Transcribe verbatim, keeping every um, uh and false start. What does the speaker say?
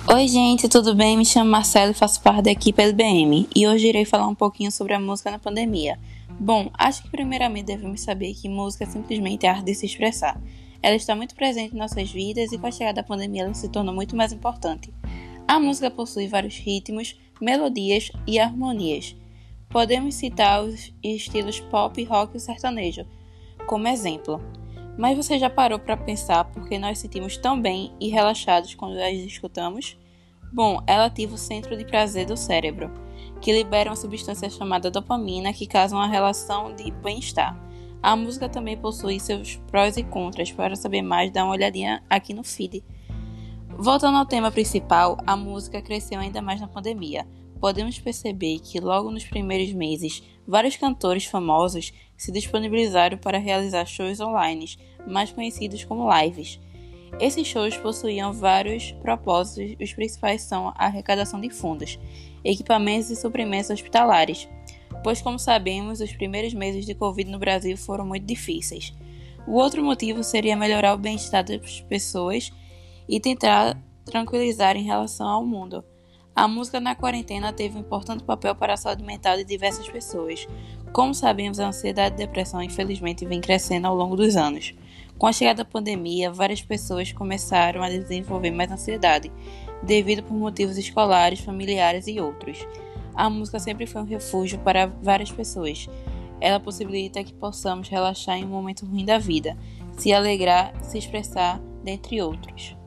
Oi, gente, tudo bem? Me chamo Marcelo e faço parte da equipe L B M. E hoje irei falar um pouquinho sobre a música na pandemia. Bom, acho que primeiramente devemos saber que música é simplesmente a arte de se expressar. Ela está muito presente em nossas vidas e com a chegada da pandemia ela se tornou muito mais importante. A música possui vários ritmos, melodias e harmonias. Podemos citar os estilos pop, rock e sertanejo como exemplo. Mas você já parou para pensar por que nós sentimos tão bem e relaxados quando as escutamos? Bom, ela ativa o centro de prazer do cérebro, que libera uma substância chamada dopamina que causa uma relação de bem-estar. A música também possui seus prós e contras. Para saber mais, dá uma olhadinha aqui no feed. Voltando ao tema principal, a música cresceu ainda mais na pandemia. Podemos perceber que logo nos primeiros meses, vários cantores famosos se disponibilizaram para realizar shows online, mais conhecidos como lives. Esses shows possuíam vários propósitos, os principais são a arrecadação de fundos, equipamentos e suprimentos hospitalares, pois como sabemos, os primeiros meses de Covid no Brasil foram muito difíceis. O outro motivo seria melhorar o bem-estar das pessoas e tentar tranquilizar em relação ao mundo. A música na quarentena teve um importante papel para a saúde mental de diversas pessoas. Como sabemos, a ansiedade e a depressão infelizmente vem crescendo ao longo dos anos. Com a chegada da pandemia, várias pessoas começaram a desenvolver mais ansiedade, devido por motivos escolares, familiares e outros. A música sempre foi um refúgio para várias pessoas. Ela possibilita que possamos relaxar em um momento ruim da vida, se alegrar, se expressar, dentre outros.